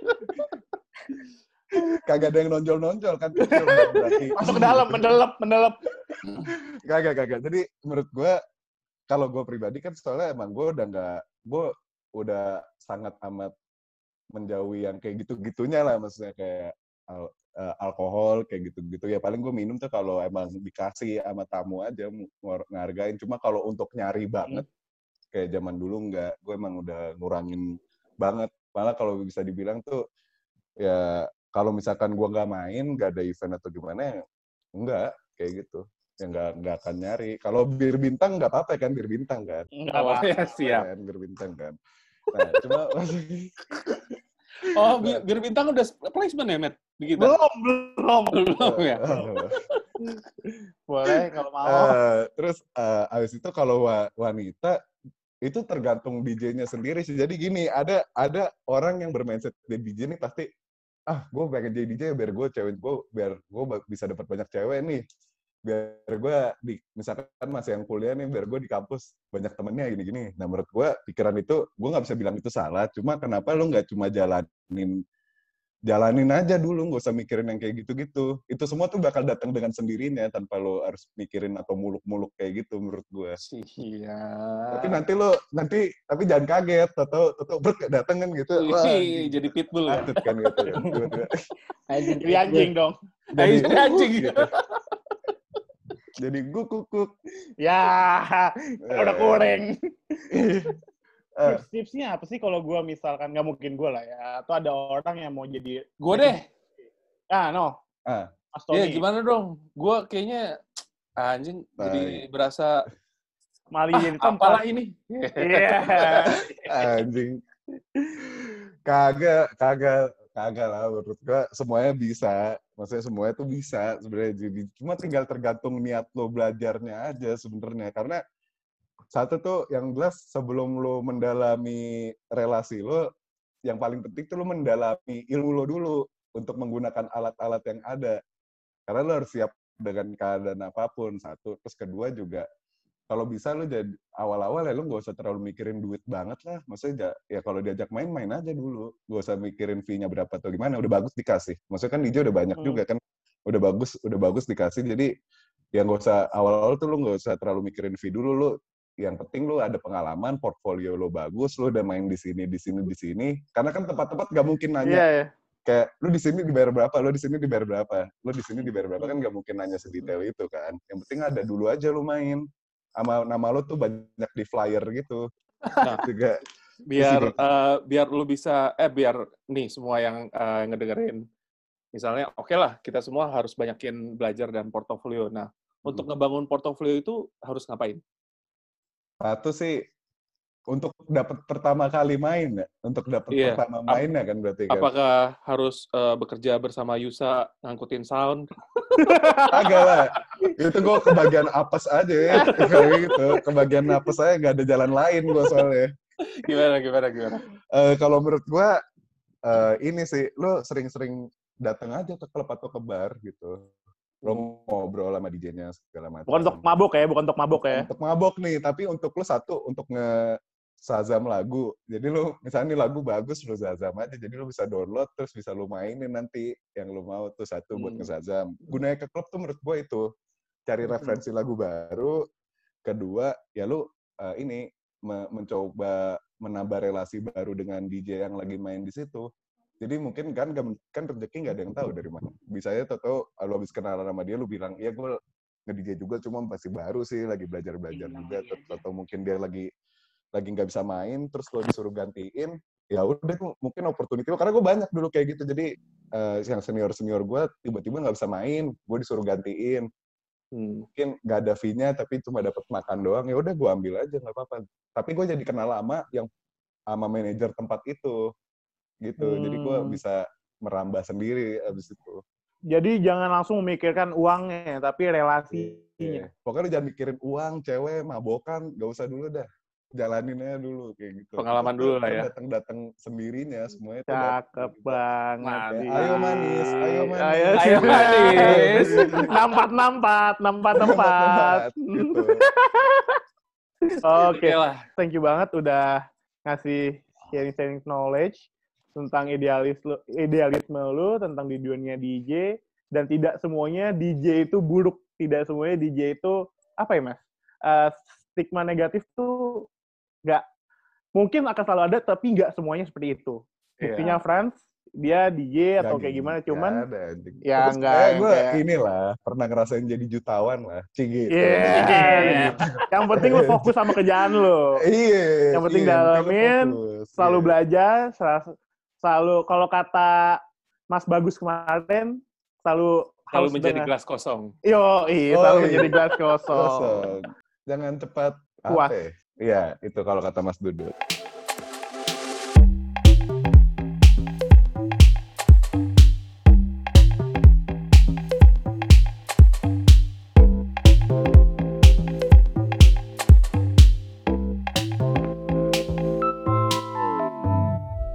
Kagak ada yang nonjol-nonjol kan? Berarti. Masuk ke dalam, mendelep. Kagak. Jadi menurut gue, kalau gue pribadi kan soalnya emang gue udah sangat amat menjauhi yang kayak gitu-gitunya lah, maksudnya kayak alkohol kayak gitu-gitu ya, paling gue minum tuh kalau emang dikasih sama tamu aja ngargain. Cuma kalau untuk nyari banget kayak zaman dulu enggak, gue emang udah ngurangin banget. Malah kalau bisa dibilang tuh ya kalau misalkan gue nggak main, nggak ada event atau gimana ya enggak kayak gitu ya, nggak akan nyari. Kalau bir bintang nggak apa-apa kan, bir bintang kan, Nggak apa-apa. Ya, siap. kan bir bintang kan. Nah cuma Oh, bir bintang udah placement ya, Matt? Begitu? Belum. Belum ya? Boleh kalau mau. Terus abis itu kalau wanita itu tergantung DJ-nya sendiri sih. Jadi gini, ada orang yang bermindset di DJ nih pasti, gue pengen jadi DJ biar gue bisa dapat banyak cewek nih. Biar gue misalkan masih yang kuliah nih, biar gue di kampus banyak temennya gini-gini. Nah menurut gue pikiran itu, gue nggak bisa bilang itu salah. Cuma kenapa lu nggak cuma jalanin aja dulu, nggak usah mikirin yang kayak gitu-gitu. Itu semua tuh bakal datang dengan sendirinya tanpa lo harus mikirin atau muluk-muluk kayak gitu menurut gue. Iya. Tapi tapi jangan kaget, atau datang kan gitu. Wah, Jadi pitbull ya? atut kan gitu. Jadi anjing dong. Jadi anjing. Gitu. Jadi kukuk. Ya, udah kurang. Tipsnya apa sih kalau gue misalkan, nggak mungkin gue lah ya, atau ada orang yang mau jadi... Gue deh. Mas Tony. Iya, gimana dong? Gue kayaknya anjing jadi berasa Mali jadi apalah ini. Iya. Anjing. Kagak lah menurut gue, semuanya bisa. Maksudnya semuanya tuh bisa sebenarnya, jadi cuma tinggal tergantung niat lo belajarnya aja sebenarnya. Karena satu tuh yang jelas, sebelum lo mendalami relasi lo, yang paling penting tuh lo mendalami ilmu lo dulu untuk menggunakan alat-alat yang ada. Karena lo harus siap dengan keadaan apapun, satu. Terus kedua juga, kalau bisa lo jadi awal-awal ya lo nggak usah terlalu mikirin duit banget lah. Maksudnya ya kalau diajak main aja dulu. Nggak usah mikirin fee-nya berapa atau gimana. Udah bagus dikasih. Maksudnya kan DJ udah banyak juga kan. Udah bagus dikasih. Jadi ya nggak usah, awal-awal tuh lo nggak usah terlalu mikirin fee dulu. Lo yang penting lo ada pengalaman, portfolio lo bagus, lo udah main di sini. Karena kan tempat-tempat nggak mungkin nanya. Iya. Kayak lu di sini dibayar berapa, lu di sini dibayar berapa, lu di sini dibayar berapa, kan nggak mungkin nanya sedetail itu kan. Yang penting ada dulu aja lu main. Sama nama lu tuh banyak di flyer gitu. Nah, juga biar lu bisa biar nih semua yang ngedengerin, misalnya oke lah kita semua harus banyakin belajar dan portofolio. Nah, untuk ngebangun portofolio itu harus ngapain? Satu sih untuk dapat pertama kali main ya, untuk dapat pertama mainnya kan berarti kan. Apakah harus bekerja bersama Yusa ngangkutin sound? Agak lah. Itu gue kebagian apes aja ya. Kayak gitu. Kebagian apes saya nggak ada jalan lain gue soalnya. Gimana? Kalau menurut gue, ini sih, lo sering-sering datang aja ke klub atau ke bar gitu. Lo ngobrol sama DJ-nya segala macam. Bukan untuk mabok ya? Untuk mabok nih, tapi untuk lo satu, untuk nge-shazam lagu. Jadi lo, misalnya nih lagu bagus, lo shazam aja. Jadi lo bisa download, terus bisa lo mainin nanti yang lo mau tuh satu buat nge-shazam. Gunanya ke klub tuh menurut gue itu. Cari referensi lagu baru. Kedua, ya lo mencoba menambah relasi baru dengan DJ yang lagi main di situ. Jadi mungkin kan rezeki nggak ada yang tahu dari mana. Bisanya tahu lu habis kenalan sama dia, lu bilang, iya gue nge-DJ juga, cuma masih baru sih, lagi belajar-belajar juga. Atau mungkin dia lagi nggak bisa main, terus lo disuruh gantiin, ya udah mungkin opportunity lo. Karena gue banyak dulu kayak gitu. Jadi yang senior gue tiba-tiba nggak bisa main, gue disuruh gantiin. Mungkin nggak ada fee-nya, tapi cuma dapat makan doang. Ya udah gue ambil aja, nggak apa-apa. Tapi gue jadi kenal lama yang sama manajer tempat itu. Gitu. Jadi gue bisa merambah sendiri abis itu. Jadi jangan langsung memikirkan uangnya, tapi relasinya. Pokoknya jangan mikirin uang, cewek, mabokan, gak usah dulu dah. Jalanin aja dulu kayak gitu. Pengalaman dulu lah ya. Datang sendirinya semuanya. Cakep banget. Ayo manis, ayo manis. Ayo manis. Nampat. Gitu. Oke lah. Thank you banget udah ngasih sharing knowledge tentang idealisme lu, tentang di dunia DJ, dan tidak semuanya DJ itu buruk, tidak semuanya DJ itu, apa ya Mas, stigma negatif tuh nggak, mungkin akan selalu ada, tapi nggak semuanya seperti itu. Buktinya Franz, dia DJ atau kayak gimana, cuman ya nggak. Gue inilah, pernah ngerasain jadi jutawan lah, gitu. Yang penting lu fokus sama kerjaan lu. Iya. Yang penting dalamin, selalu belajar, selalu kalau kata Mas Bagus kemarin selalu menjadi gelas kosong. Selalu menjadi gelas kosong. Jangan cepat puas. Iya, itu kalau kata Mas Dudut.